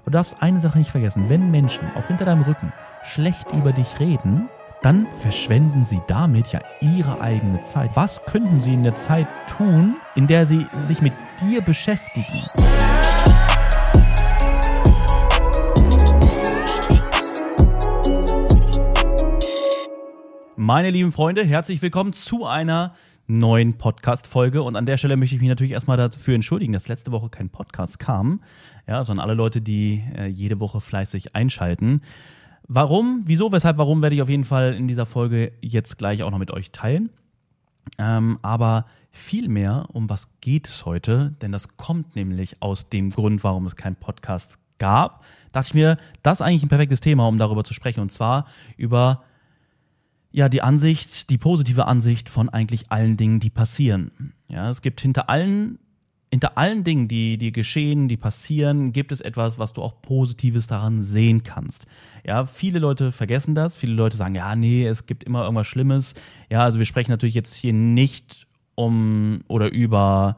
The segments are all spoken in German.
du darfst eine Sache nicht vergessen. Wenn Menschen auch hinter deinem Rücken schlecht über dich reden, dann verschwenden sie damit ja ihre eigene Zeit. Was könnten sie in der Zeit tun, in der sie sich mit dir beschäftigen? Meine lieben Freunde, herzlich willkommen zu einer neuen Podcast-Folge. Und an der Stelle möchte ich mich natürlich erstmal dafür entschuldigen, dass letzte Woche kein Podcast kam. Ja, sondern alle Leute, die jede Woche fleißig einschalten. Warum, wieso, weshalb, warum, werde ich auf jeden Fall in dieser Folge jetzt gleich auch noch mit euch teilen. Aber vielmehr, um was geht es heute? Denn das kommt nämlich aus dem Grund, warum es keinen Podcast gab. Dachte ich mir, das ist eigentlich ein perfektes Thema, um darüber zu sprechen. Und zwar über die Ansicht, die positive Ansicht von eigentlich allen Dingen, die passieren. Ja, es gibt hinter allen Dingen, die geschehen, die passieren, gibt es etwas, was du auch Positives daran sehen kannst. Ja, viele Leute vergessen das. Viele Leute sagen, ja, nee, es gibt immer irgendwas Schlimmes. Ja, also wir sprechen natürlich jetzt hier nicht über,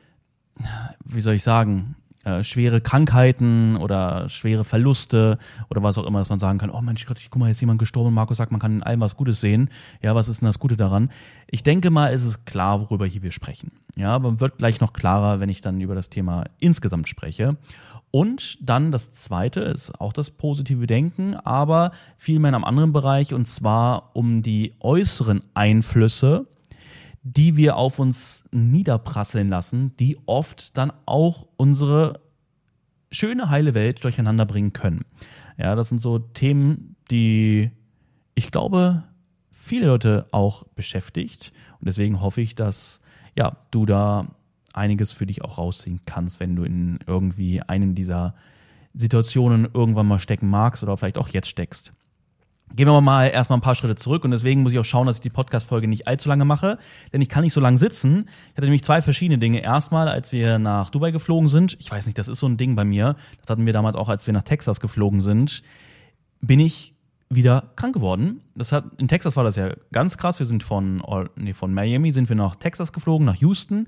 wie soll ich sagen, schwere Krankheiten oder schwere Verluste oder was auch immer, dass man sagen kann, oh Mensch Gott, guck mal, jetzt ist jemand gestorben. Markus sagt, man kann in allem was Gutes sehen. Ja, was ist denn das Gute daran? Ich denke mal, es ist klar, worüber hier wir sprechen. Ja, aber wird gleich noch klarer, wenn ich dann über das Thema insgesamt spreche. Und dann das Zweite ist auch das positive Denken, aber vielmehr in einem anderen Bereich, und zwar um die äußeren Einflüsse, die wir auf uns niederprasseln lassen, die oft dann auch unsere schöne, heile Welt durcheinander bringen können. Ja, das sind so Themen, die ich glaube, viele Leute auch beschäftigt. Und deswegen hoffe ich, dass du da einiges für dich auch rausziehen kannst, wenn du in irgendwie einem dieser Situationen irgendwann mal stecken magst oder vielleicht auch jetzt steckst. Gehen wir mal erstmal ein paar Schritte zurück, und deswegen muss ich auch schauen, dass ich die Podcast-Folge nicht allzu lange mache, denn ich kann nicht so lange sitzen. Ich hatte nämlich zwei verschiedene Dinge. Erstmal, als wir nach Dubai geflogen sind, ich weiß nicht, das ist so ein Ding bei mir, das hatten wir damals auch, als wir nach Texas geflogen sind, bin ich wieder krank geworden. In Texas war das ja ganz krass. Wir sind von Miami sind wir nach Texas geflogen, nach Houston,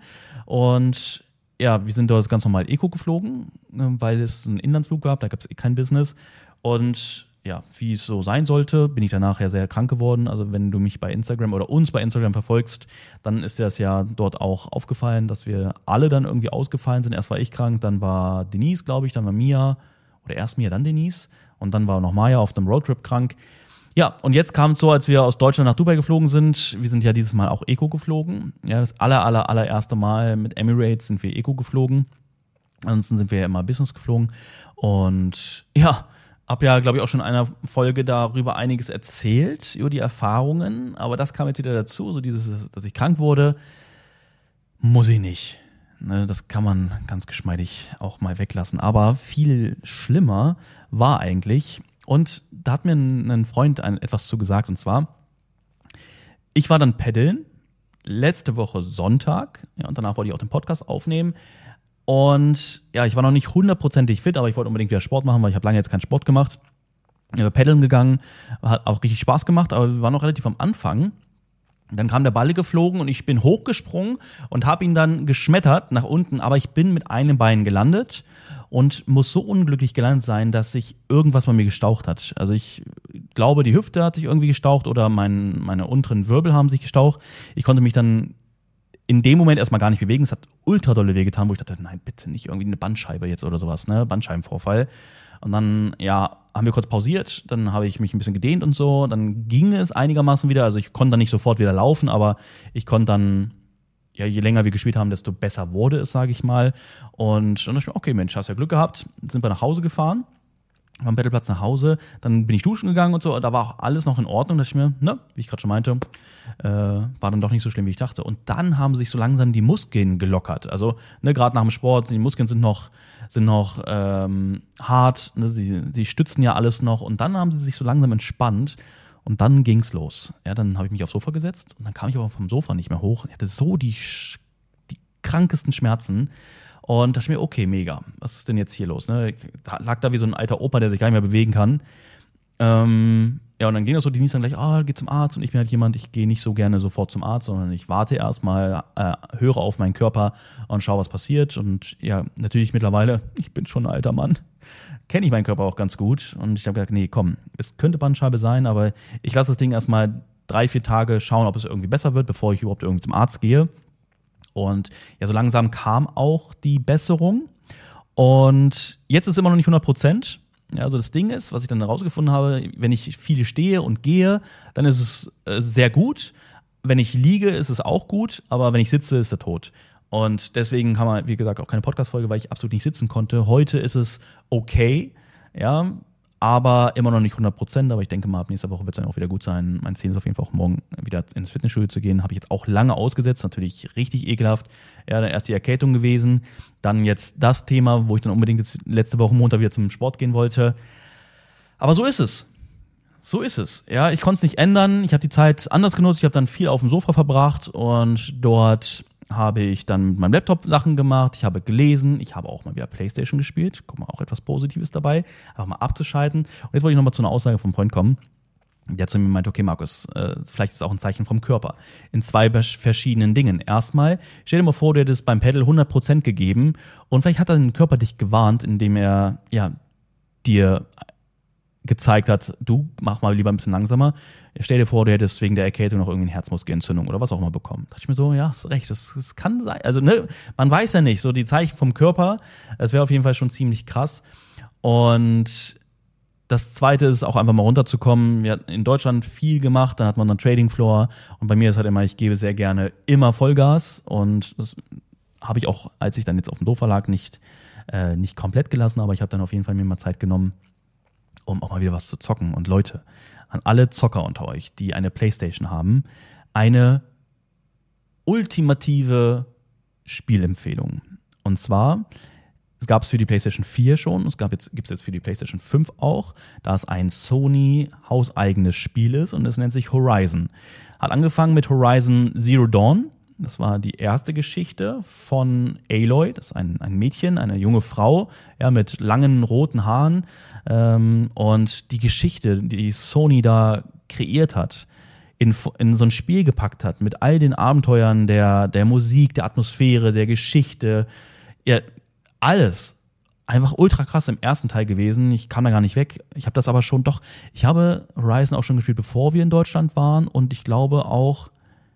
und ja, wir sind dort ganz normal Eco geflogen, weil es einen Inlandsflug gab, da gab es kein Business, und ja, wie es so sein sollte, bin ich danach ja sehr krank geworden. Also wenn du mich bei Instagram oder uns bei Instagram verfolgst, dann ist das ja dort auch aufgefallen, dass wir alle dann irgendwie ausgefallen sind. Erst war ich krank, dann war Denise, glaube ich, dann war Mia, oder erst Mia, dann Denise, und dann war noch Maya auf einem Roadtrip krank. Ja, und jetzt kam es so, als wir aus Deutschland nach Dubai geflogen sind. Wir sind ja dieses Mal auch Eco geflogen. Ja, das allererste Mal mit Emirates sind wir Eco geflogen. Ansonsten sind wir ja immer Business geflogen. Und ja, habe ja, glaube ich, auch schon in einer Folge darüber einiges erzählt, über die Erfahrungen. Aber das kam jetzt wieder dazu, so dieses, dass ich krank wurde, muss ich nicht. Ne, das kann man ganz geschmeidig auch mal weglassen. Aber viel schlimmer war eigentlich, und da hat mir ein Freund etwas zu gesagt, und zwar, ich war dann paddeln, letzte Woche Sonntag, ja, und danach wollte ich auch den Podcast aufnehmen. Und ja, ich war noch nicht 100%ig fit, aber ich wollte unbedingt wieder Sport machen, weil ich habe lange jetzt keinen Sport gemacht. Ich bin paddeln gegangen, hat auch richtig Spaß gemacht, aber wir waren noch relativ am Anfang. Dann kam der Ball geflogen und ich bin hochgesprungen und habe ihn dann geschmettert nach unten, aber ich bin mit einem Bein gelandet und muss so unglücklich gelandet sein, dass sich irgendwas bei mir gestaucht hat. Also ich glaube, die Hüfte hat sich irgendwie gestaucht oder meine unteren Wirbel haben sich gestaucht. Ich konnte mich dann in dem Moment erstmal gar nicht bewegen. Es hat ultra dolle wehgetan, wo ich dachte, nein, bitte nicht irgendwie eine Bandscheibe jetzt oder sowas, ne? Bandscheibenvorfall. Und dann, haben wir kurz pausiert, dann habe ich mich ein bisschen gedehnt und so, dann ging es einigermaßen wieder, also ich konnte dann nicht sofort wieder laufen, aber ich konnte dann, je länger wir gespielt haben, desto besser wurde es, sage ich mal. Und dann dachte ich mir, okay, Mensch, hast ja Glück gehabt, jetzt sind wir nach Hause gefahren, am Battleplatz nach Hause, dann bin ich duschen gegangen und so, da war auch alles noch in Ordnung, dachte ich mir, wie ich gerade schon meinte, war dann doch nicht so schlimm, wie ich dachte. Und dann haben sich so langsam die Muskeln gelockert, also gerade nach dem Sport, die Muskeln sind noch hart, ne? Sie stützen ja alles noch, und dann haben sie sich so langsam entspannt, und dann ging's los. Ja, dann habe ich mich aufs Sofa gesetzt, und dann kam ich aber vom Sofa nicht mehr hoch. Ich hatte so die krankesten Schmerzen. Und dachte mir, okay, mega, was ist denn jetzt hier los? Ne? Da lag da wie so ein alter Opa, der sich gar nicht mehr bewegen kann. Ja, und dann ging das so, Denise dann gleich, geh zum Arzt. Und ich bin halt jemand, ich gehe nicht so gerne sofort zum Arzt, sondern ich warte erstmal, höre auf meinen Körper und schaue, was passiert. Und ja, natürlich mittlerweile, ich bin schon ein alter Mann, kenne ich meinen Körper auch ganz gut. Und ich habe gedacht, nee, komm, es könnte Bandscheibe sein, aber ich lasse das Ding erstmal 3-4 Tage schauen, ob es irgendwie besser wird, bevor ich überhaupt irgendwie zum Arzt gehe. Und ja, so langsam kam auch die Besserung. Und jetzt ist immer noch nicht 100%. Ja, also das Ding ist, was ich dann herausgefunden habe, wenn ich viel stehe und gehe, dann ist es sehr gut. Wenn ich liege, ist es auch gut, aber wenn ich sitze, ist er tot. Und deswegen haben wir, wie gesagt, auch keine Podcast-Folge, weil ich absolut nicht sitzen konnte. Heute ist es okay, ja, aber immer noch nicht 100%. Aber ich denke mal, ab nächster Woche wird es dann auch wieder gut sein. Mein Ziel ist auf jeden Fall auch morgen wieder ins Fitnessstudio zu gehen. Habe ich jetzt auch lange ausgesetzt, natürlich richtig ekelhaft. Ja, dann erst die Erkältung gewesen, dann jetzt das Thema, wo ich dann unbedingt jetzt letzte Woche Montag wieder zum Sport gehen wollte. Aber so ist es. So ist es. Ja, ich konnte es nicht ändern. Ich habe die Zeit anders genutzt. Ich habe dann viel auf dem Sofa verbracht und dort habe ich dann mit meinem Laptop Sachen gemacht. Ich habe gelesen. Ich habe auch mal wieder PlayStation gespielt. Guck mal, auch etwas Positives dabei. Einfach mal abzuschalten. Und jetzt wollte ich nochmal zu einer Aussage vom Freund kommen. Der zu mir meinte, okay, Markus, vielleicht ist es auch ein Zeichen vom Körper. In 2 verschiedenen Dingen. Erstmal, stell dir mal vor, du hättest beim Pedal 100% gegeben und vielleicht hat dein Körper dich gewarnt, indem er dir gezeigt hat, du mach mal lieber ein bisschen langsamer. Stell dir vor, du hättest wegen der Erkältung noch irgendwie eine Herzmuskelentzündung oder was auch immer bekommen. Da dachte ich mir so, ja, hast recht, das kann sein. Also, ne, man weiß ja nicht, so die Zeichen vom Körper, das wäre auf jeden Fall schon ziemlich krass. Und das Zweite ist auch einfach mal runterzukommen. Wir hatten in Deutschland viel gemacht, dann hat man einen Trading Floor und bei mir ist halt immer, ich gebe sehr gerne immer Vollgas und das habe ich auch, als ich dann jetzt auf dem Sofa lag, nicht komplett gelassen, aber ich habe dann auf jeden Fall mir mal Zeit genommen, um auch mal wieder was zu zocken. Und Leute, an alle Zocker unter euch, die eine Playstation haben, eine ultimative Spielempfehlung. Und zwar, es gab es für die PlayStation 4 schon, gibt es jetzt für die PlayStation 5 auch, da es ein Sony hauseigenes Spiel ist und es nennt sich Horizon. Hat angefangen mit Horizon Zero Dawn. Das war die erste Geschichte von Aloy, das ist ein Mädchen, eine junge Frau, ja, mit langen roten Haaren. Und die Geschichte, die Sony da kreiert hat, in so ein Spiel gepackt hat, mit all den Abenteuern der Musik, der Atmosphäre, der Geschichte, ja, alles. Einfach ultra krass im ersten Teil gewesen. Ich kam da gar nicht weg. Ich habe das aber schon ich habe Horizon auch schon gespielt, bevor wir in Deutschland waren und ich glaube auch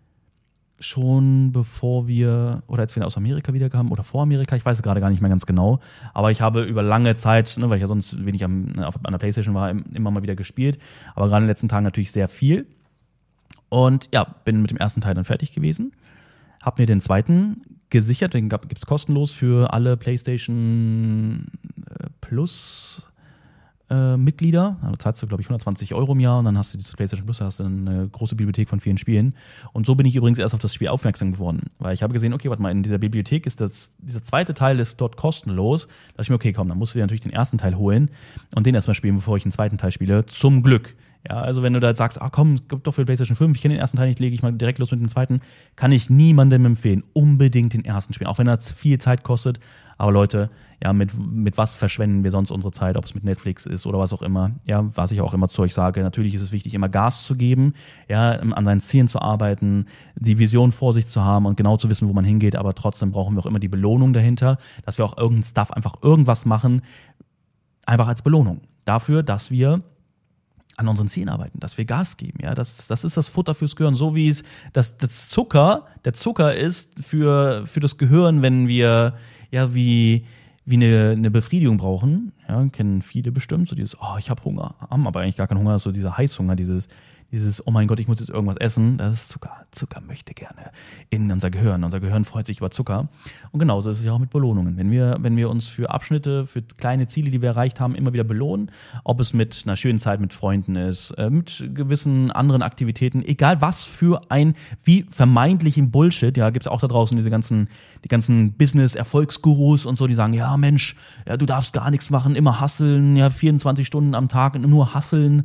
schon bevor als wir aus Amerika wieder kamen oder vor Amerika, ich weiß es gerade gar nicht mehr ganz genau, aber ich habe über lange Zeit, weil ich ja sonst wenig an der Playstation war, immer mal wieder gespielt, aber gerade in den letzten Tagen natürlich sehr viel und ja, bin mit dem ersten Teil dann fertig gewesen, habe mir den zweiten gesichert, den gibt es kostenlos für alle PlayStation Plus Mitglieder, da zahlst du, glaube ich, 120 € im Jahr und dann hast du dieses PlayStation Plus, da hast du eine große Bibliothek von vielen Spielen. Und so bin ich übrigens erst auf das Spiel aufmerksam geworden, weil ich habe gesehen, okay, warte mal, in dieser Bibliothek ist dieser zweite Teil ist dort kostenlos. Da dachte ich mir, okay, komm, dann musst du dir natürlich den ersten Teil holen und den erstmal spielen, bevor ich den zweiten Teil spiele. Zum Glück. Ja, also wenn du da jetzt sagst, komm, gib doch für PlayStation 5, ich kenne den ersten Teil nicht, lege ich mal direkt los mit dem zweiten, kann ich niemandem empfehlen, unbedingt den ersten spielen, auch wenn das viel Zeit kostet. Aber Leute, ja, mit was verschwenden wir sonst unsere Zeit, ob es mit Netflix ist oder was auch immer. Ja, was ich auch immer zu euch sage, natürlich ist es wichtig, immer Gas zu geben, ja, an seinen Zielen zu arbeiten, die Vision vor sich zu haben und genau zu wissen, wo man hingeht, aber trotzdem brauchen wir auch immer die Belohnung dahinter, dass wir auch irgendein Stuff, einfach irgendwas machen, einfach als Belohnung dafür, dass wir an unseren Zielen arbeiten, dass wir Gas geben, ja, das ist das Futter fürs Gehirn, so wie es der Zucker ist für das Gehirn, wenn wir ja wie eine Befriedigung brauchen, ja, kennen viele bestimmt, so dieses, ich habe Hunger, haben aber eigentlich gar keinen Hunger, so dieser Heißhunger, dieses, oh mein Gott, ich muss jetzt irgendwas essen, das ist Zucker. Zucker möchte gerne in unser Gehirn. Unser Gehirn freut sich über Zucker. Und genauso ist es ja auch mit Belohnungen. Wenn wir uns für Abschnitte, für kleine Ziele, die wir erreicht haben, immer wieder belohnen, ob es mit einer schönen Zeit mit Freunden ist, mit gewissen anderen Aktivitäten, egal was für ein wie vermeintlichen Bullshit, ja, gibt es auch da draußen die ganzen Business-Erfolgsgurus und so, die sagen, ja Mensch, ja, du darfst gar nichts machen, immer hustlen, ja, 24 Stunden am Tag nur hustlen.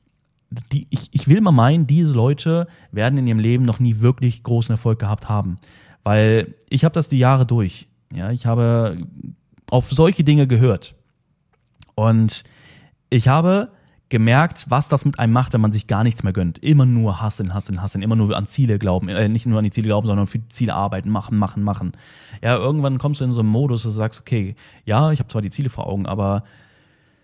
Ich will mal meinen, diese Leute werden in ihrem Leben noch nie wirklich großen Erfolg gehabt haben. Weil ich habe das die Jahre durch. Ja, ich habe auf solche Dinge gehört. Und ich habe gemerkt, was das mit einem macht, wenn man sich gar nichts mehr gönnt. Immer nur hustlen, immer nur an Ziele glauben. Nicht nur an die Ziele glauben, sondern für die Ziele arbeiten, machen. Ja, irgendwann kommst du in so einen Modus, dass du sagst, okay, ja, ich habe zwar die Ziele vor Augen, aber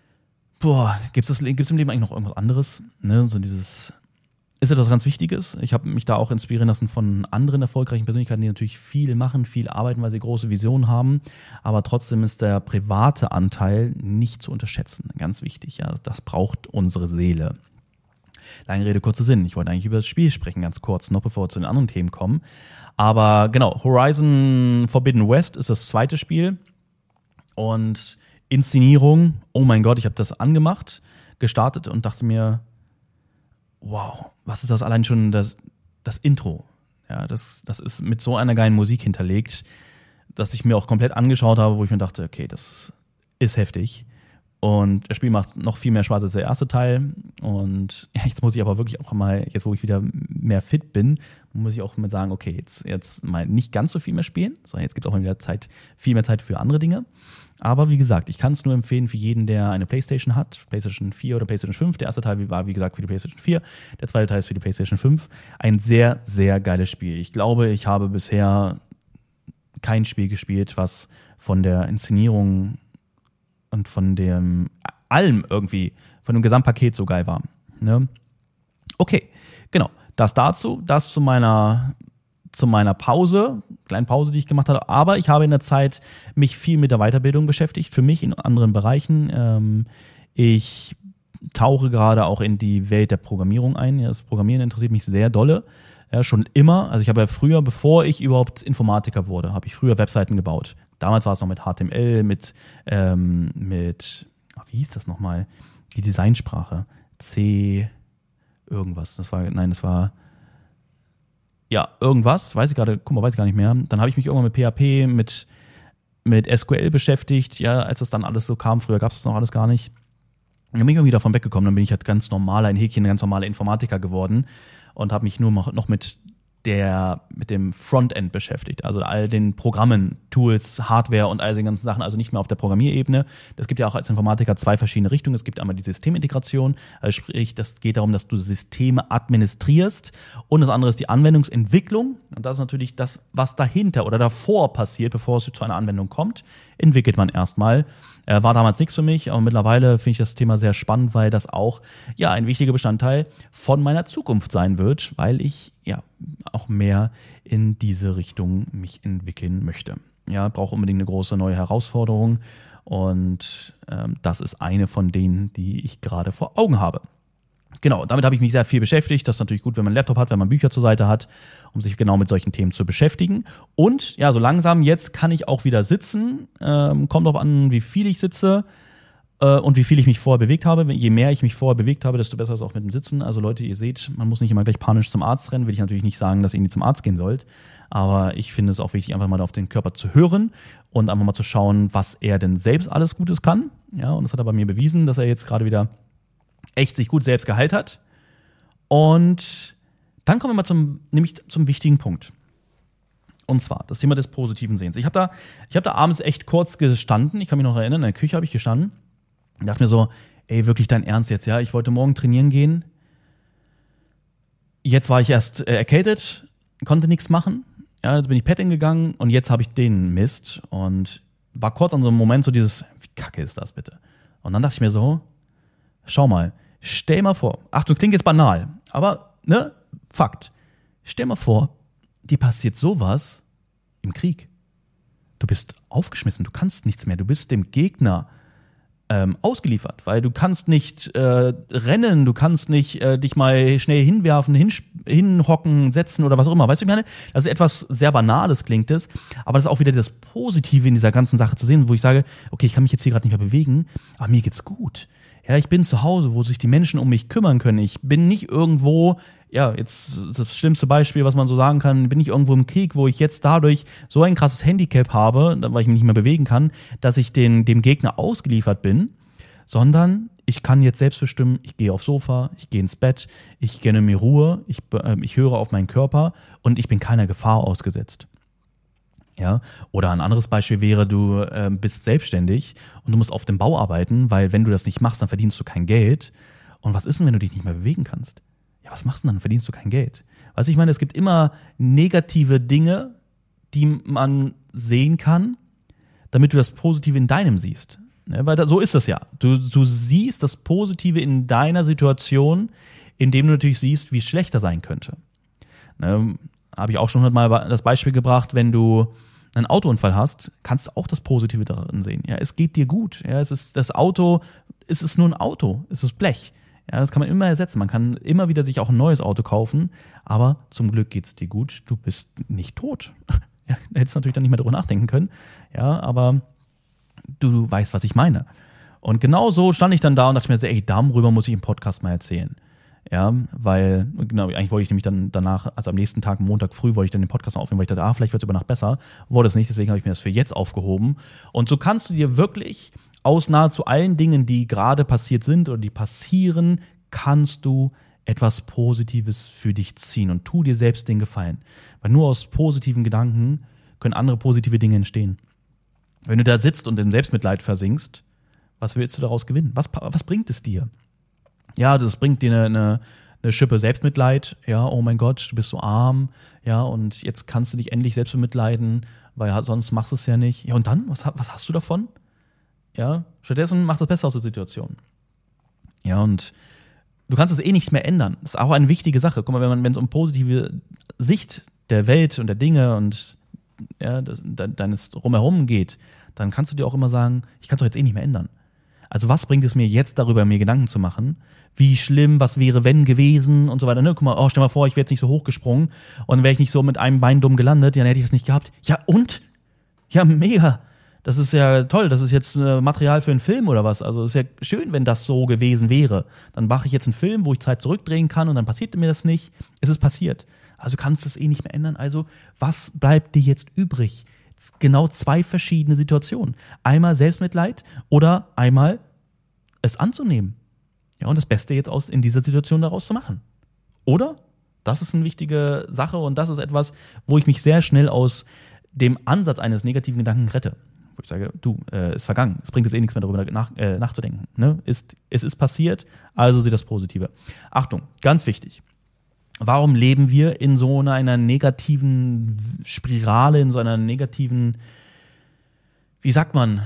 Gibt es im Leben eigentlich noch irgendwas anderes? Ne? So ist etwas ganz Wichtiges. Ich habe mich da auch inspirieren lassen von anderen erfolgreichen Persönlichkeiten, die natürlich viel machen, viel arbeiten, weil sie große Visionen haben. Aber trotzdem ist der private Anteil nicht zu unterschätzen. Ganz wichtig. Ja? Das braucht unsere Seele. Lange Rede, kurzer Sinn. Ich wollte eigentlich über das Spiel sprechen, ganz kurz, noch bevor wir zu den anderen Themen kommen. Aber genau, Horizon Forbidden West ist das zweite Spiel. Und Inszenierung, oh mein Gott, ich habe das angemacht, gestartet und dachte mir, wow, was ist das allein schon das Intro? Ja, das ist mit so einer geilen Musik hinterlegt, dass ich mir auch komplett angeschaut habe, wo ich mir dachte, okay, das ist heftig. Und das Spiel macht noch viel mehr Spaß als der erste Teil. Und ja, jetzt muss ich aber wirklich auch mal, jetzt wo ich wieder mehr fit bin, muss ich auch mal sagen, okay, jetzt mal nicht ganz so viel mehr spielen, sondern jetzt gibt es auch mal wieder viel mehr Zeit für andere Dinge. Aber wie gesagt, ich kann es nur empfehlen für jeden, der eine PlayStation hat, PlayStation 4 oder PlayStation 5. Der erste Teil war, wie gesagt, für die PlayStation 4. Der zweite Teil ist für die PlayStation 5. Ein sehr, sehr geiles Spiel. Ich glaube, ich habe bisher kein Spiel gespielt, was von der Inszenierung und von dem allem irgendwie, von dem Gesamtpaket so geil war. Ne? Okay, genau. Das dazu, das zu meiner Pause, kleinen Pause, die ich gemacht habe. Aber ich habe in der Zeit mich viel mit der Weiterbildung beschäftigt, für mich in anderen Bereichen. Ich tauche gerade auch in die Welt der Programmierung ein. Das Programmieren interessiert mich sehr dolle. Ja, schon immer. Also ich habe ja früher, bevor ich überhaupt Informatiker wurde, habe ich früher Webseiten gebaut. Damals war es noch mit HTML, mit wie hieß das nochmal? Die Designsprache. C irgendwas. Das war ja, irgendwas, weiß ich gar nicht mehr. Dann habe ich mich irgendwann mit PHP, mit SQL beschäftigt, ja, als das dann alles so kam. Früher gab es das noch alles gar nicht. Dann bin ich irgendwie davon weggekommen. Dann bin ich halt ganz normaler Informatiker geworden und habe mich nur noch mit dem Frontend beschäftigt, also all den Programmen, Tools, Hardware und all diesen ganzen Sachen, also nicht mehr auf der Programmierebene. Es gibt ja auch als Informatiker zwei verschiedene Richtungen. Es gibt einmal die Systemintegration, also sprich, das geht darum, dass du Systeme administrierst, und das andere ist die Anwendungsentwicklung, und das ist natürlich das, was dahinter oder davor passiert, bevor es zu einer Anwendung kommt, entwickelt man erstmal. War damals nichts für mich, aber mittlerweile finde ich das Thema sehr spannend, weil das auch ja ein wichtiger Bestandteil von meiner Zukunft sein wird, weil ich ja auch mehr in diese Richtung mich entwickeln möchte. Ja, brauche unbedingt eine große neue Herausforderung, und das ist eine von denen, die ich gerade vor Augen habe. Genau, damit habe ich mich sehr viel beschäftigt. Das ist natürlich gut, wenn man einen Laptop hat, wenn man Bücher zur Seite hat, um sich genau mit solchen Themen zu beschäftigen. Und ja, so langsam jetzt kann ich auch wieder sitzen. Kommt darauf an, wie viel ich sitze und wie viel ich mich vorher bewegt habe. Je mehr ich mich vorher bewegt habe, desto besser ist es auch mit dem Sitzen. Also Leute, ihr seht, man muss nicht immer gleich panisch zum Arzt rennen. Will ich natürlich nicht sagen, dass ihr nie zum Arzt gehen sollt. Aber ich finde es auch wichtig, einfach mal auf den Körper zu hören und einfach mal zu schauen, was er denn selbst alles Gutes kann. Ja, und das hat er bei mir bewiesen, dass er jetzt gerade wieder echt sich gut selbst geheilt hat. Und dann kommen wir mal zum wichtigen Punkt. Und zwar das Thema des positiven Sehens. Ich hab da abends echt kurz gestanden. Ich kann mich noch erinnern, in der Küche habe ich gestanden und dachte mir so, ey, wirklich dein Ernst jetzt, ja? Ich wollte morgen trainieren gehen. Jetzt war ich erst erkältet, konnte nichts machen. Ja, jetzt bin ich Petting gegangen und jetzt habe ich den Mist. Und war kurz an so einem Moment so dieses, wie kacke ist das bitte? Und dann dachte ich mir so, schau mal, stell mal vor, Achtung, klingt jetzt banal, aber, ne, Fakt. Stell mal vor, dir passiert sowas im Krieg. Du bist aufgeschmissen, du kannst nichts mehr, du bist dem Gegner ausgeliefert, weil du kannst nicht rennen, du kannst nicht dich mal schnell hinwerfen, hinhocken, setzen oder was auch immer. Weißt du, ich meine, das ist etwas sehr Banales, klingt es, aber das ist auch wieder das Positive in dieser ganzen Sache zu sehen, wo ich sage, okay, ich kann mich jetzt hier gerade nicht mehr bewegen, aber mir geht's gut. Ja, ich bin zu Hause, wo sich die Menschen um mich kümmern können. Ich bin nicht irgendwo, ja, jetzt das schlimmste Beispiel, was man so sagen kann, bin ich irgendwo im Krieg, wo ich jetzt dadurch so ein krasses Handicap habe, weil ich mich nicht mehr bewegen kann, dass ich dem Gegner ausgeliefert bin, sondern ich kann jetzt selbst bestimmen, ich gehe aufs Sofa, ich gehe ins Bett, ich gönne mir Ruhe, ich höre auf meinen Körper und ich bin keiner Gefahr ausgesetzt. Ja, oder ein anderes Beispiel wäre, du bist selbstständig und du musst auf dem Bau arbeiten, weil wenn du das nicht machst, dann verdienst du kein Geld. Und was ist denn, wenn du dich nicht mehr bewegen kannst? Ja, was machst du denn dann? Verdienst du kein Geld? Weißt du, ich meine, es gibt immer negative Dinge, die man sehen kann, damit du das Positive in deinem siehst. Ne? Weil so ist es ja. Du siehst das Positive in deiner Situation, indem du natürlich siehst, wie es schlechter sein könnte. Ne? Habe ich auch schon 100-mal das Beispiel gebracht, wenn du einen Autounfall hast, kannst du auch das Positive darin sehen. Ja, es geht dir gut. Ja, es ist nur ein Auto, es ist Blech. Ja, das kann man immer ersetzen. Man kann immer wieder sich auch ein neues Auto kaufen, aber zum Glück geht es dir gut. Du bist nicht tot. Ja, du hättest natürlich dann nicht mehr darüber nachdenken können. Ja, aber du weißt, was ich meine. Und genau so stand ich dann da und dachte mir so, ey, darüber muss ich im Podcast mal erzählen. Ja, weil, genau, eigentlich wollte ich nämlich dann danach, also am nächsten Tag, Montag früh, wollte ich dann den Podcast noch aufnehmen, weil ich dachte, vielleicht wird es über Nacht besser. Wurde es nicht, deswegen habe ich mir das für jetzt aufgehoben. Und so kannst du dir wirklich aus nahezu allen Dingen, die gerade passiert sind oder die passieren, kannst du etwas Positives für dich ziehen und tu dir selbst den Gefallen. Weil nur aus positiven Gedanken können andere positive Dinge entstehen. Wenn du da sitzt und in Selbstmitleid versinkst, was willst du daraus gewinnen? Was bringt es dir? Ja, das bringt dir eine Schippe Selbstmitleid. Ja, oh mein Gott, du bist so arm. Ja, und jetzt kannst du dich endlich selbst bemitleiden, weil sonst machst du es ja nicht. Ja, und dann? Was hast du davon? Ja, stattdessen macht das Beste aus der Situation. Ja, und du kannst es eh nicht mehr ändern. Das ist auch eine wichtige Sache. Guck mal, wenn es um positive Sicht der Welt und der Dinge und ja, deines Drumherum geht, dann kannst du dir auch immer sagen, ich kann es doch jetzt eh nicht mehr ändern. Also was bringt es mir jetzt darüber, mir Gedanken zu machen? Wie schlimm, was wäre, wenn gewesen und so weiter. Ne? Guck mal, stell mal vor, ich wäre jetzt nicht so hochgesprungen und wäre ich nicht so mit einem Bein dumm gelandet, dann hätte ich das nicht gehabt. Ja und? Ja, mega. Das ist ja toll, das ist jetzt Material für einen Film oder was. Also ist ja schön, wenn das so gewesen wäre. Dann mache ich jetzt einen Film, wo ich Zeit zurückdrehen kann und dann passiert mir das nicht. Es ist passiert. Also kannst du es eh nicht mehr ändern. Also was bleibt dir jetzt übrig? Genau 2 verschiedene Situationen. Einmal Selbstmitleid oder einmal es anzunehmen. Ja, und das Beste jetzt in dieser Situation daraus zu machen. Oder? Das ist eine wichtige Sache und das ist etwas, wo ich mich sehr schnell aus dem Ansatz eines negativen Gedanken rette. Wo ich sage, ist vergangen. Es bringt jetzt eh nichts mehr darüber nachzudenken. Ne? Es ist passiert, also sieh das Positive. Achtung, ganz wichtig. Warum leben wir in so einer negativen Spirale, in so einer negativen, wie sagt man,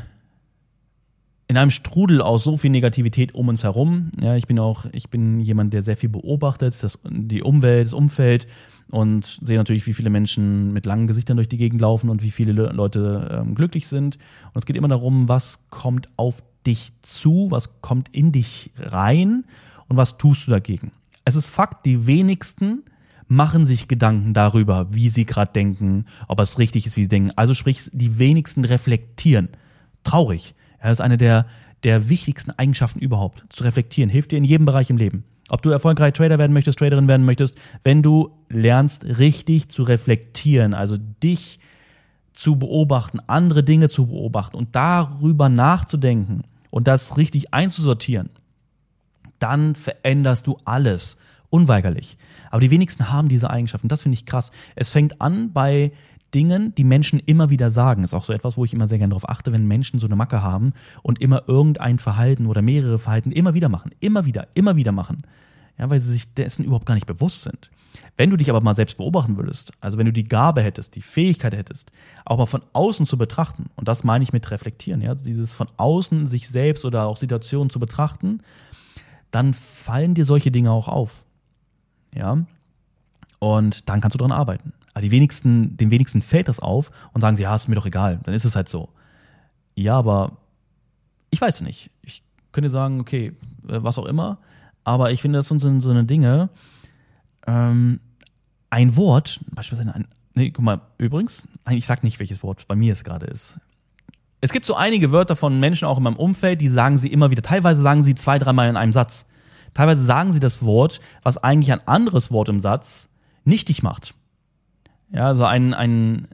in einem Strudel aus so viel Negativität um uns herum? Ja, ich bin jemand, der sehr viel beobachtet, die Umwelt, das Umfeld und sehe natürlich, wie viele Menschen mit langen Gesichtern durch die Gegend laufen und wie viele Leute glücklich sind. Und es geht immer darum, was kommt auf dich zu, was kommt in dich rein und was tust du dagegen. Es ist Fakt, die wenigsten machen sich Gedanken darüber, wie sie gerade denken, ob es richtig ist, wie sie denken. Also sprich, die wenigsten reflektieren. Traurig. Das ist eine der wichtigsten Eigenschaften überhaupt. Zu reflektieren hilft dir in jedem Bereich im Leben. Ob du erfolgreich Trader werden möchtest, Traderin werden möchtest, wenn du lernst, richtig zu reflektieren, also dich zu beobachten, andere Dinge zu beobachten und darüber nachzudenken und das richtig einzusortieren, dann veränderst du alles, unweigerlich. Aber die wenigsten haben diese Eigenschaften, das finde ich krass. Es fängt an bei Dingen, die Menschen immer wieder sagen. Das ist auch so etwas, wo ich immer sehr gerne darauf achte, wenn Menschen so eine Macke haben und immer irgendein Verhalten oder mehrere Verhalten immer wieder machen, immer wieder machen. Ja, weil sie sich dessen überhaupt gar nicht bewusst sind. Wenn du dich aber mal selbst beobachten würdest, also wenn du die Gabe hättest, die Fähigkeit hättest, auch mal von außen zu betrachten, und das meine ich mit reflektieren, ja, dieses von außen sich selbst oder auch Situationen zu betrachten, dann fallen dir solche Dinge auch auf. Ja, und dann kannst du daran arbeiten. Aber den wenigsten fällt das auf und sagen sie, ja, ist mir doch egal, dann ist es halt so. Ja, aber ich weiß nicht. Ich könnte sagen, okay, was auch immer, aber ich finde, das sind so eine Dinge, ein Wort, beispielsweise guck mal, übrigens, ich sag nicht, welches Wort bei mir es gerade ist. Es gibt so einige Wörter von Menschen auch in meinem Umfeld, die sagen sie immer wieder, teilweise sagen sie 2-3 Mal in einem Satz. Teilweise sagen sie das Wort, was eigentlich ein anderes Wort im Satz nichtig macht. Ja, also ein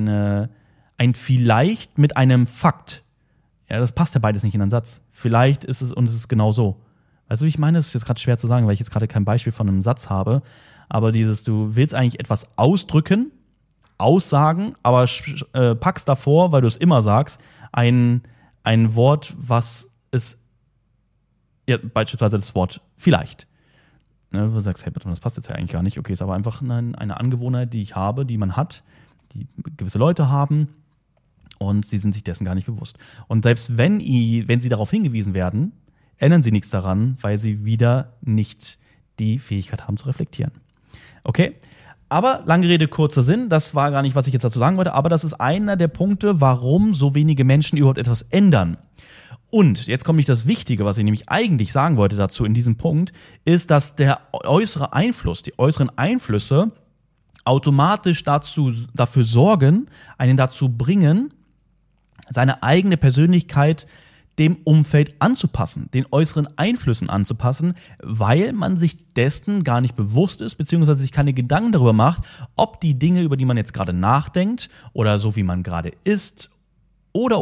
vielleicht mit einem Fakt. Ja, das passt ja beides nicht in einen Satz. Vielleicht ist es und es ist genau so. Weißt du, wie ich meine? Das ist jetzt gerade schwer zu sagen, weil ich jetzt gerade kein Beispiel von einem Satz habe. Aber du willst eigentlich etwas ausdrücken, aussagen, aber packst davor, weil du es immer sagst, ein Wort, was es, ja, beispielsweise das Wort vielleicht. Ne, du sagst, hey, das passt jetzt ja eigentlich gar nicht. Okay, ist aber einfach eine Angewohnheit, die ich habe, die man hat, die gewisse Leute haben. Und sie sind sich dessen gar nicht bewusst. Und selbst wenn sie darauf hingewiesen werden, ändern sie nichts daran, weil sie wieder nicht die Fähigkeit haben zu reflektieren. Okay? Aber lange Rede, kurzer Sinn, das war gar nicht, was ich jetzt dazu sagen wollte, aber das ist einer der Punkte, warum so wenige Menschen überhaupt etwas ändern. Und jetzt kommt nicht das Wichtige, was ich nämlich eigentlich sagen wollte dazu in diesem Punkt, ist, dass der äußere Einfluss, die äußeren Einflüsse automatisch dafür sorgen, einen dazu bringen, seine eigene Persönlichkeit dem Umfeld anzupassen, den äußeren Einflüssen anzupassen, weil man sich dessen gar nicht bewusst ist, beziehungsweise sich keine Gedanken darüber macht, ob die Dinge, über die man jetzt gerade nachdenkt oder so wie man gerade ist oder,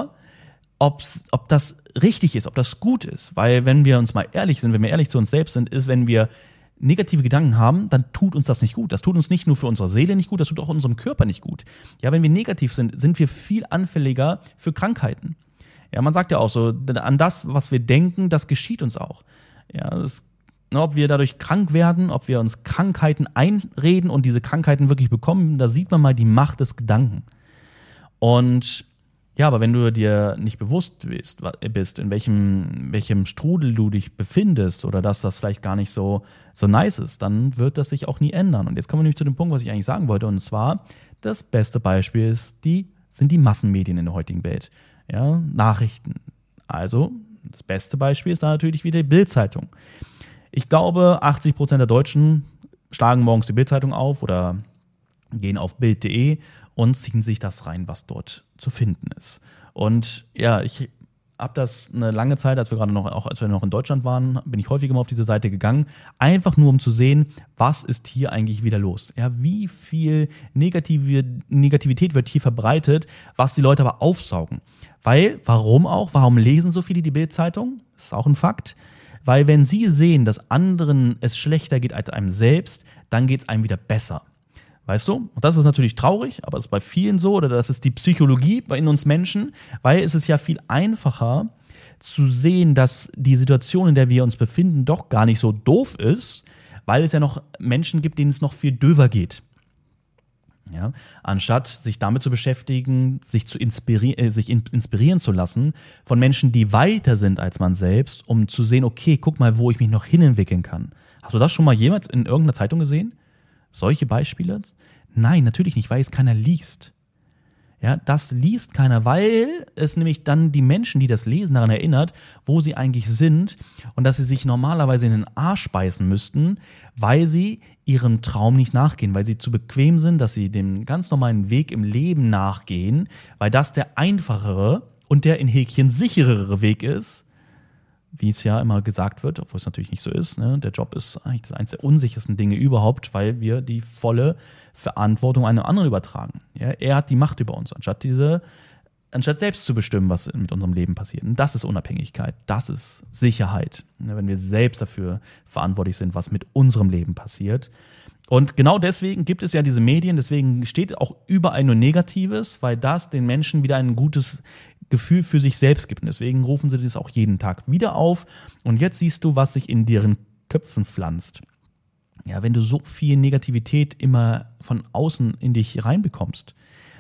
ob das richtig ist, ob das gut ist. Weil wenn wir uns mal ehrlich sind, wenn wir ehrlich zu uns selbst sind, ist, wenn wir negative Gedanken haben, dann tut uns das nicht gut. Das tut uns nicht nur für unsere Seele nicht gut, das tut auch unserem Körper nicht gut. Ja, wenn wir negativ sind, sind wir viel anfälliger für Krankheiten. Ja, man sagt ja auch so, an das, was wir denken, das geschieht uns auch. Ja, ob wir dadurch krank werden, ob wir uns Krankheiten einreden und diese Krankheiten wirklich bekommen, da sieht man mal die Macht des Gedanken. Und ja, aber wenn du dir nicht bewusst bist, in welchem Strudel du dich befindest oder dass das vielleicht gar nicht so nice ist, dann wird das sich auch nie ändern. Und jetzt kommen wir nämlich zu dem Punkt, was ich eigentlich sagen wollte, und zwar, das beste Beispiel sind die Massenmedien in der heutigen Welt. Ja, Nachrichten. Also, das beste Beispiel ist da natürlich wieder die Bild-Zeitung. Ich glaube, 80% der Deutschen schlagen morgens die Bild-Zeitung auf oder gehen auf bild.de und ziehen sich das rein, was dort zu finden ist. Und ja, ich habe das eine lange Zeit, als wir noch in Deutschland waren, bin ich häufiger mal auf diese Seite gegangen, einfach nur um zu sehen, was ist hier eigentlich wieder los. Ja, wie viel Negativität wird hier verbreitet, was die Leute aber aufsaugen. Warum lesen so viele die Bild-Zeitung? Das ist auch ein Fakt. Weil wenn sie sehen, dass anderen es schlechter geht als einem selbst, dann geht es einem wieder besser. Weißt du? Und das ist natürlich traurig, aber es ist bei vielen so, oder das ist die Psychologie in uns Menschen, weil es ist ja viel einfacher zu sehen, dass die Situation, in der wir uns befinden, doch gar nicht so doof ist, weil es ja noch Menschen gibt, denen es noch viel döver geht. Ja? Anstatt sich damit zu beschäftigen, sich inspirieren zu lassen von Menschen, die weiter sind als man selbst, um zu sehen, okay, guck mal, wo ich mich noch hinentwickeln kann. Hast du das schon mal jemals in irgendeiner Zeitung gesehen? Solche Beispiele? Nein, natürlich nicht, weil es keiner liest. Ja, das liest keiner, weil es nämlich dann die Menschen, die das lesen, daran erinnert, wo sie eigentlich sind und dass sie sich normalerweise in den Arsch beißen müssten, weil sie ihrem Traum nicht nachgehen, weil sie zu bequem sind, dass sie dem ganz normalen Weg im Leben nachgehen, weil das der einfachere und der in Häkchen sicherere Weg ist, wie es ja immer gesagt wird, obwohl es natürlich nicht so ist. Ne? Der Job ist eigentlich eines der unsichersten Dinge überhaupt, weil wir die volle Verantwortung einem anderen übertragen. Ja? Er hat die Macht über uns, anstatt selbst zu bestimmen, was mit unserem Leben passiert. Und das ist Unabhängigkeit, das ist Sicherheit, ne? Wenn wir selbst dafür verantwortlich sind, was mit unserem Leben passiert. Und genau deswegen gibt es ja diese Medien, deswegen steht auch überall nur Negatives, weil das den Menschen wieder ein gutes Gefühl für sich selbst gibt. Und deswegen rufen sie das auch jeden Tag wieder auf. Und jetzt siehst du, was sich in deren Köpfen pflanzt. Ja, wenn du so viel Negativität immer von außen in dich reinbekommst,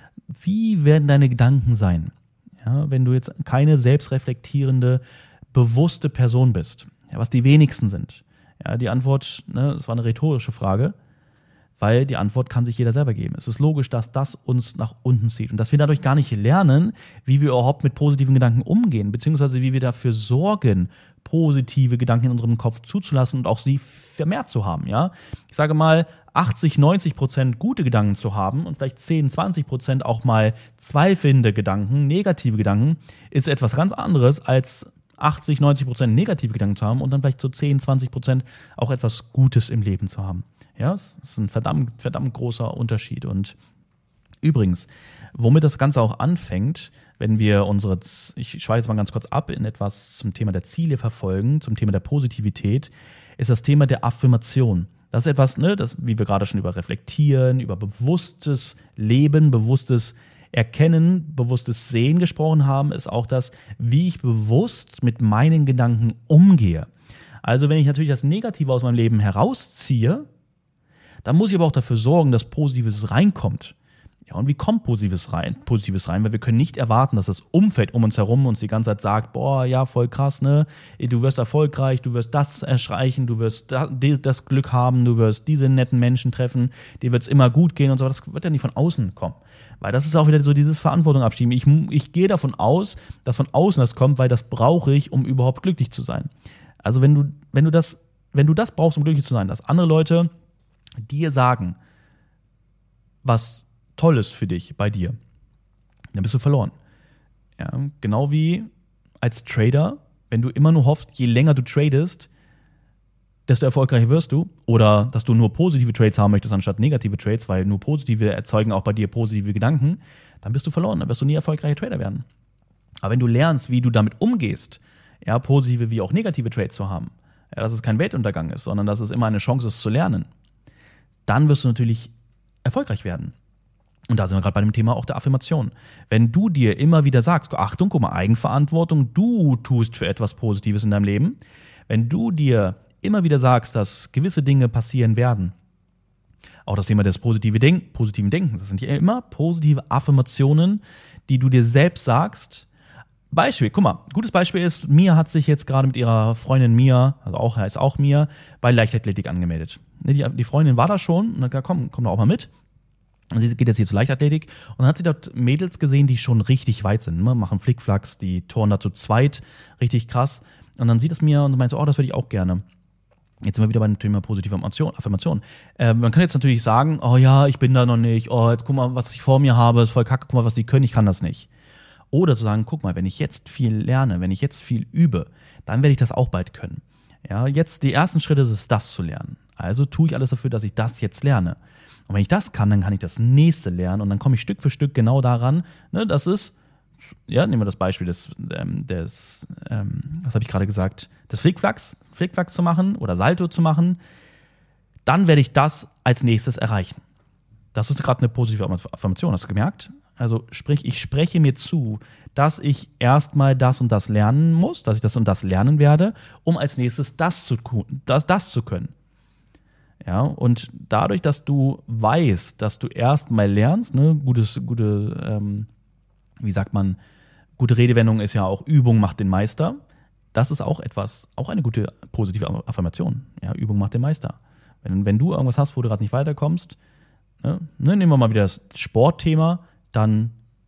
wie werden deine Gedanken sein? Ja, wenn du jetzt keine selbstreflektierende, bewusste Person bist, ja, was die wenigsten sind. Ja, die Antwort, das war eine rhetorische Frage, weil die Antwort kann sich jeder selber geben. Es ist logisch, dass das uns nach unten zieht und dass wir dadurch gar nicht lernen, wie wir überhaupt mit positiven Gedanken umgehen, beziehungsweise wie wir dafür sorgen, positive Gedanken in unserem Kopf zuzulassen und auch sie vermehrt zu haben. Ja? Ich sage mal, 80-90% gute Gedanken zu haben und vielleicht 10-20% auch mal zweifelnde Gedanken, negative Gedanken, ist etwas ganz anderes als 80-90% negative Gedanken zu haben und dann vielleicht so 10-20% auch etwas Gutes im Leben zu haben. Ja, das ist ein verdammt großer Unterschied. Und übrigens, womit das Ganze auch anfängt, wenn wir ich schweife jetzt mal ganz kurz ab in etwas zum Thema der Ziele verfolgen, zum Thema der Positivität, ist das Thema der Affirmation. Das ist etwas, wie wir gerade schon über Reflektieren, über bewusstes Leben, bewusstes Erkennen, bewusstes Sehen gesprochen haben, ist auch das, wie ich bewusst mit meinen Gedanken umgehe. Also wenn ich natürlich das Negative aus meinem Leben herausziehe, dann muss ich aber auch dafür sorgen, dass Positives reinkommt. Ja, und wie kommt Positives rein? Weil wir können nicht erwarten, dass das Umfeld um uns herum uns die ganze Zeit sagt, boah, ja, voll krass, ne? Du wirst erfolgreich, du wirst das erreichen, du wirst das Glück haben, du wirst diese netten Menschen treffen, dir wird es immer gut gehen und so. Das wird ja nicht von außen kommen. Weil das ist auch wieder so dieses Verantwortung abschieben. Ich gehe davon aus, dass von außen das kommt, weil das brauche ich, um überhaupt glücklich zu sein. Also wenn du das brauchst, um glücklich zu sein, dass andere Leute dir sagen, was Tolles für dich bei dir, dann bist du verloren. Ja, genau wie als Trader, wenn du immer nur hoffst, je länger du tradest, desto erfolgreicher wirst du. Oder dass du nur positive Trades haben möchtest, anstatt negative Trades, weil nur positive erzeugen auch bei dir positive Gedanken, dann bist du verloren, dann wirst du nie erfolgreicher Trader werden. Aber wenn du lernst, wie du damit umgehst, ja, positive wie auch negative Trades zu haben, ja, dass es kein Weltuntergang ist, sondern dass es immer eine Chance ist zu lernen, dann wirst du natürlich erfolgreich werden. Und da sind wir gerade bei dem Thema auch der Affirmation. Wenn du dir immer wieder sagst, Achtung, guck mal, Eigenverantwortung, du tust für etwas Positives in deinem Leben. Wenn du dir immer wieder sagst, dass gewisse Dinge passieren werden, auch das Thema des positiven Denkens, das sind ja immer positive Affirmationen, die du dir selbst sagst. Beispiel, guck mal, gutes Beispiel ist, Mia hat sich jetzt gerade mit ihrer Freundin Mia, also heißt auch Mia, bei Leichtathletik angemeldet. Die Freundin war da schon und hat gesagt, komm da auch mal mit. Und sie geht jetzt hier zur Leichtathletik und dann hat sie dort Mädels gesehen, die schon richtig weit sind, ne? Machen Flickflacks, die touren da zu zweit, richtig krass. Und dann sieht es mir und meint so, das würde ich auch gerne. Jetzt sind wir wieder bei dem Thema positive Affirmation. Man kann jetzt natürlich sagen, oh ja, ich bin da noch nicht, oh, jetzt guck mal, was ich vor mir habe, ist voll kacke, guck mal, was die können, ich kann das nicht. Oder zu sagen, guck mal, wenn ich jetzt viel lerne, wenn ich jetzt viel übe, dann werde ich das auch bald können. Ja, jetzt die ersten Schritte ist es, das zu lernen. Also tue ich alles dafür, dass ich das jetzt lerne. Und wenn ich das kann, dann kann ich das nächste lernen und dann komme ich Stück für Stück genau daran, ne, das ist, ja, nehmen wir das Beispiel was habe ich gerade gesagt, des Flickflacks zu machen oder Salto zu machen, dann werde ich das als nächstes erreichen. Das ist gerade eine positive Affirmation, hast du gemerkt? Also sprich, ich spreche mir zu, dass ich erstmal das und das lernen muss, dass ich das und das lernen werde, um als nächstes das zu können. Ja, und dadurch, dass du weißt, dass du erstmal lernst, ne, gute Redewendung ist ja auch, Übung macht den Meister. Das ist auch eine gute positive Affirmation. Ja, Übung macht den Meister. Wenn du irgendwas hast, wo du gerade nicht weiterkommst, ne, nehmen wir mal wieder das Sportthema, dann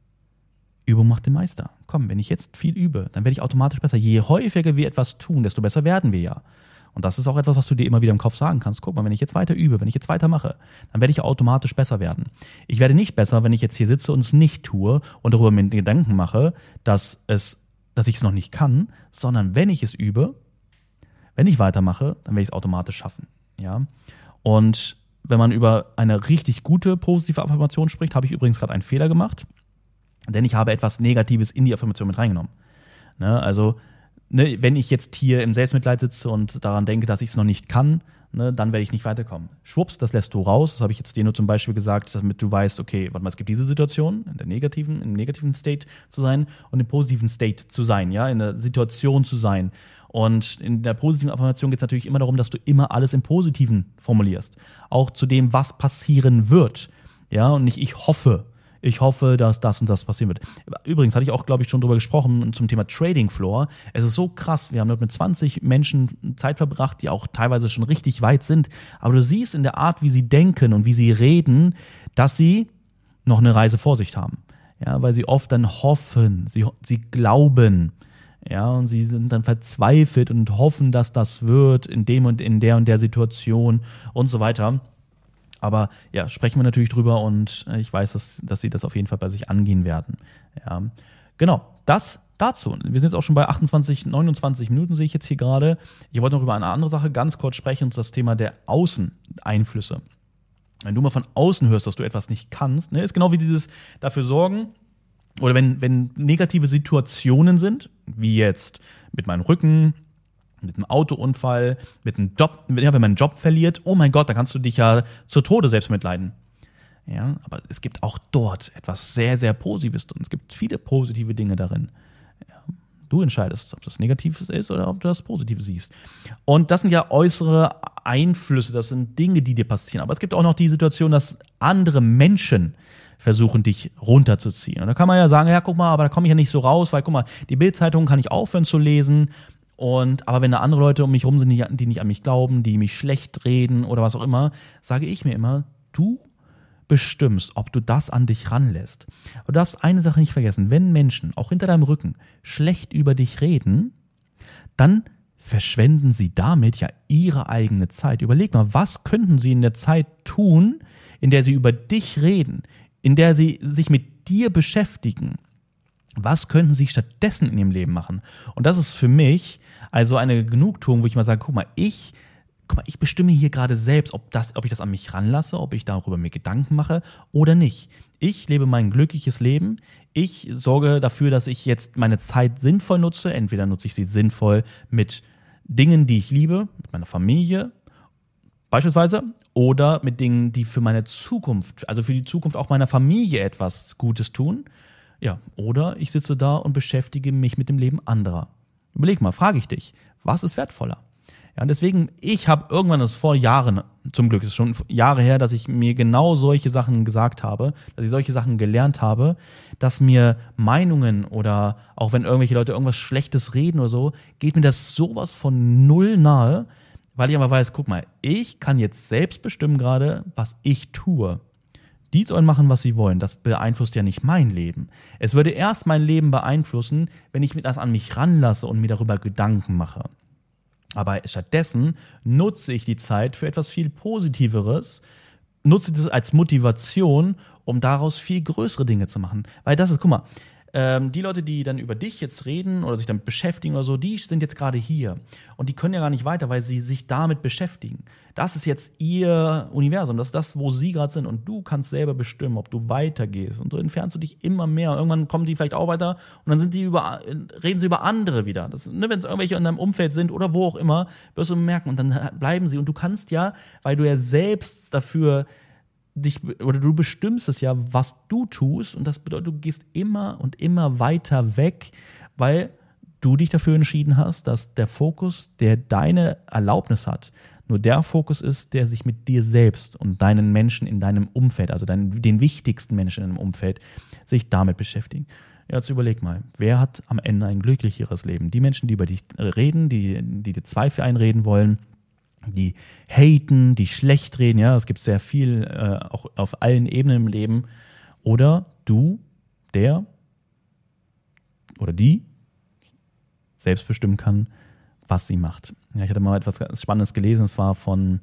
Übung macht den Meister. Komm, wenn ich jetzt viel übe, dann werde ich automatisch besser. Je häufiger wir etwas tun, desto besser werden wir ja. Und das ist auch etwas, was du dir immer wieder im Kopf sagen kannst. Guck mal, wenn ich jetzt weiter übe, wenn ich jetzt weitermache, dann werde ich automatisch besser werden. Ich werde nicht besser, wenn ich jetzt hier sitze und es nicht tue und darüber mir Gedanken mache, dass ich es noch nicht kann, sondern wenn ich es übe, wenn ich weitermache, dann werde ich es automatisch schaffen. Ja? Und wenn man über eine richtig gute positive Affirmation spricht, habe ich übrigens gerade einen Fehler gemacht, denn ich habe etwas Negatives in die Affirmation mit reingenommen. Ne? Also, wenn ich jetzt hier im Selbstmitleid sitze und daran denke, dass ich es noch nicht kann, ne, dann werde ich nicht weiterkommen. Schwupps, das lässt du raus. Das habe ich jetzt dir nur zum Beispiel gesagt, damit du weißt, okay, warte mal, es gibt diese Situation, im negativen State zu sein und im positiven State zu sein, ja, in der Situation zu sein. Und in der positiven Affirmation geht es natürlich immer darum, dass du immer alles im Positiven formulierst. Auch zu dem, was passieren wird. Ja, und nicht ich hoffe, dass das und das passieren wird. Übrigens hatte ich auch, glaube ich, schon drüber gesprochen zum Thema Trading Floor. Es ist so krass, wir haben dort mit 20 Menschen Zeit verbracht, die auch teilweise schon richtig weit sind. Aber du siehst in der Art, wie sie denken und wie sie reden, dass sie noch eine Reise vor sich haben. Ja, weil sie oft dann hoffen, sie glauben. Ja, und sie sind dann verzweifelt und hoffen, dass das wird in dem und in der Situation und so weiter. Aber ja, sprechen wir natürlich drüber und ich weiß, dass sie das auf jeden Fall bei sich angehen werden. Ja, genau, das dazu. Wir sind jetzt auch schon bei 29 Minuten, sehe ich jetzt hier gerade. Ich wollte noch über eine andere Sache ganz kurz sprechen, und das Thema der Außeneinflüsse. Wenn du mal von außen hörst, dass du etwas nicht kannst, ne, ist genau wie dieses dafür sorgen, oder wenn negative Situationen sind, wie jetzt mit meinem Rücken, mit einem Autounfall, mit einem Job, ja, wenn man einen Job verliert, oh mein Gott, da kannst du dich ja zu Tode selbst mitleiden. Ja, aber es gibt auch dort etwas sehr, sehr Positives drin. Es gibt viele positive Dinge darin. Ja, du entscheidest, ob das Negatives ist oder ob du das Positive siehst. Und das sind ja äußere Einflüsse, das sind Dinge, die dir passieren. Aber es gibt auch noch die Situation, dass andere Menschen versuchen, dich runterzuziehen. Und da kann man ja sagen, ja, guck mal, aber da komme ich ja nicht so raus, weil guck mal, die Bild-Zeitung kann ich aufhören zu lesen. Aber wenn da andere Leute um mich rum sind, die nicht an mich glauben, die mich schlecht reden oder was auch immer, sage ich mir immer, du bestimmst, ob du das an dich ranlässt. Aber du darfst eine Sache nicht vergessen, wenn Menschen auch hinter deinem Rücken schlecht über dich reden, dann verschwenden sie damit ja ihre eigene Zeit. Überleg mal, was könnten sie in der Zeit tun, in der sie über dich reden, in der sie sich mit dir beschäftigen? Was könnten sie stattdessen in ihrem Leben machen? Und das ist für mich also eine Genugtuung, wo ich mal sage, guck mal, ich bestimme hier gerade selbst, ob ich das an mich ranlasse, ob ich darüber mir Gedanken mache oder nicht. Ich lebe mein glückliches Leben. Ich sorge dafür, dass ich jetzt meine Zeit sinnvoll nutze. Entweder nutze ich sie sinnvoll mit Dingen, die ich liebe, mit meiner Familie beispielsweise, oder mit Dingen, die für meine Zukunft, also für die Zukunft auch meiner Familie etwas Gutes tun. Ja, oder ich sitze da und beschäftige mich mit dem Leben anderer. Überleg mal, frage ich dich, was ist wertvoller? Ja, und deswegen, ich habe irgendwann, das ist vor Jahren, zum Glück ist es schon Jahre her, dass ich mir genau solche Sachen gesagt habe, dass ich solche Sachen gelernt habe, dass mir Meinungen oder auch wenn irgendwelche Leute irgendwas Schlechtes reden oder so, geht mir das sowas von null nahe, weil ich aber weiß, guck mal, ich kann jetzt selbst bestimmen gerade, was ich tue. Die sollen machen, was sie wollen. Das beeinflusst ja nicht mein Leben. Es würde erst mein Leben beeinflussen, wenn ich das an mich ranlasse und mir darüber Gedanken mache. Aber stattdessen nutze ich die Zeit für etwas viel Positiveres, nutze das als Motivation, um daraus viel größere Dinge zu machen. Weil das ist, guck mal, die Leute, die dann über dich jetzt reden oder sich damit beschäftigen oder so, die sind jetzt gerade hier. Und die können ja gar nicht weiter, weil sie sich damit beschäftigen. Das ist jetzt ihr Universum, das ist das, wo sie gerade sind. Und du kannst selber bestimmen, ob du weitergehst. Und so entfernst du dich immer mehr. Und irgendwann kommen die vielleicht auch weiter und dann reden sie über andere wieder. Wenn es irgendwelche in deinem Umfeld sind oder wo auch immer, wirst du merken. Und dann bleiben sie. Und du kannst ja, weil du ja selbst dafür du bestimmst es ja, was du tust, und das bedeutet, du gehst immer und immer weiter weg, weil du dich dafür entschieden hast, dass der Fokus, der deine Erlaubnis hat, nur der Fokus ist, der sich mit dir selbst und deinen Menschen in deinem Umfeld, also den wichtigsten Menschen in deinem Umfeld, sich damit beschäftigen. Jetzt überleg mal, wer hat am Ende ein glücklicheres Leben? Die Menschen, die über dich reden, die dir Zweifel einreden wollen, die haten, die schlecht reden, ja, es gibt sehr viel, auch auf allen Ebenen im Leben. Oder du, der oder die selbst bestimmen kann, was sie macht. Ja, ich hatte mal etwas ganz Spannendes gelesen, es war von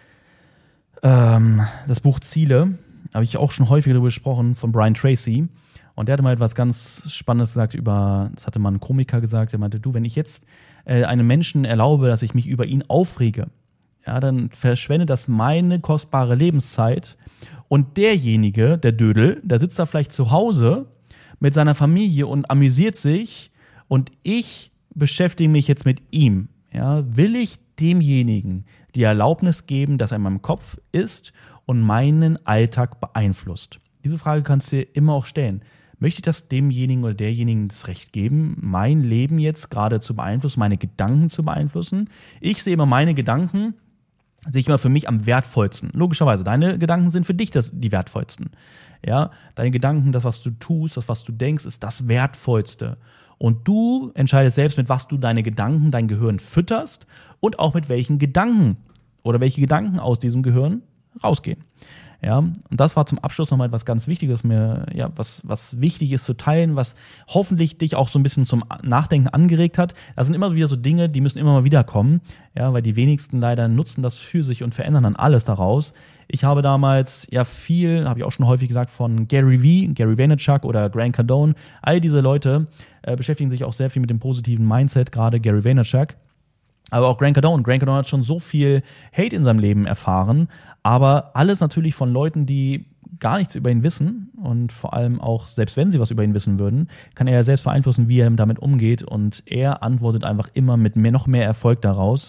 das Buch Ziele, habe ich auch schon häufiger darüber gesprochen, von Brian Tracy. Und der hatte mal etwas ganz Spannendes gesagt das hatte mal ein Komiker gesagt, der meinte, du, wenn ich jetzt einem Menschen erlaube, dass ich mich über ihn aufrege, ja, dann verschwende das meine kostbare Lebenszeit und derjenige, der Dödel, der sitzt da vielleicht zu Hause mit seiner Familie und amüsiert sich und ich beschäftige mich jetzt mit ihm. Ja, will ich demjenigen die Erlaubnis geben, dass er in meinem Kopf ist und meinen Alltag beeinflusst? Diese Frage kannst du dir immer auch stellen. Möchte ich das demjenigen oder derjenigen das Recht geben, mein Leben jetzt gerade zu beeinflussen, meine Gedanken zu beeinflussen? Ich sehe immer meine Gedanken, sehe ich immer für mich am wertvollsten. Logischerweise, deine Gedanken sind für dich die wertvollsten. Ja, deine Gedanken, das, was du tust, das, was du denkst, ist das Wertvollste. Und du entscheidest selbst, mit was du deine Gedanken, dein Gehirn fütterst und auch mit welchen Gedanken oder welche Gedanken aus diesem Gehirn rausgehen. Ja, und das war zum Abschluss nochmal etwas ganz Wichtiges, was wichtig ist zu teilen, was hoffentlich dich auch so ein bisschen zum Nachdenken angeregt hat. Das sind immer wieder so Dinge, die müssen immer mal wieder kommen, ja, weil die wenigsten leider nutzen das für sich und verändern dann alles daraus. Ich habe damals habe ich auch schon häufig gesagt, von Gary Vaynerchuk oder Grant Cardone, all diese Leute beschäftigen sich auch sehr viel mit dem positiven Mindset, gerade Gary Vaynerchuk. Aber auch Grant Cardone. Grant Cardone hat schon so viel Hate in seinem Leben erfahren, aber alles natürlich von Leuten, die gar nichts über ihn wissen und vor allem auch, selbst wenn sie was über ihn wissen würden, kann er ja selbst beeinflussen, wie er damit umgeht, und er antwortet einfach immer mit noch mehr Erfolg darauf.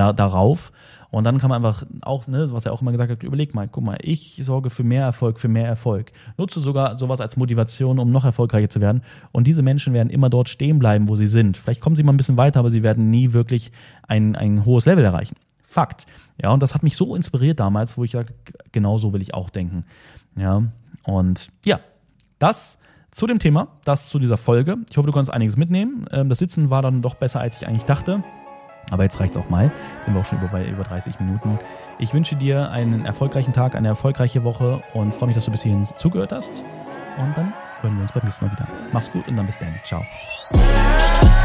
Und dann kann man einfach auch, was er auch immer gesagt hat, überleg mal, guck mal, ich sorge für mehr Erfolg. Nutze sogar sowas als Motivation, um noch erfolgreicher zu werden. Und diese Menschen werden immer dort stehen bleiben, wo sie sind. Vielleicht kommen sie mal ein bisschen weiter, aber sie werden nie wirklich ein hohes Level erreichen. Fakt. Ja, und das hat mich so inspiriert damals, wo ich sage, genau so will ich auch denken. Ja, Und ja, das zu dem Thema, das zu dieser Folge. Ich hoffe, du konntest einiges mitnehmen. Das Sitzen war dann doch besser, als ich eigentlich dachte. Aber jetzt reicht es auch mal. Sind wir auch schon bei über 30 Minuten. Ich wünsche dir einen erfolgreichen Tag, eine erfolgreiche Woche und freue mich, dass du bis hierhin zugehört hast. Und dann hören wir uns beim nächsten Mal wieder. Mach's gut und dann bis dann. Ciao.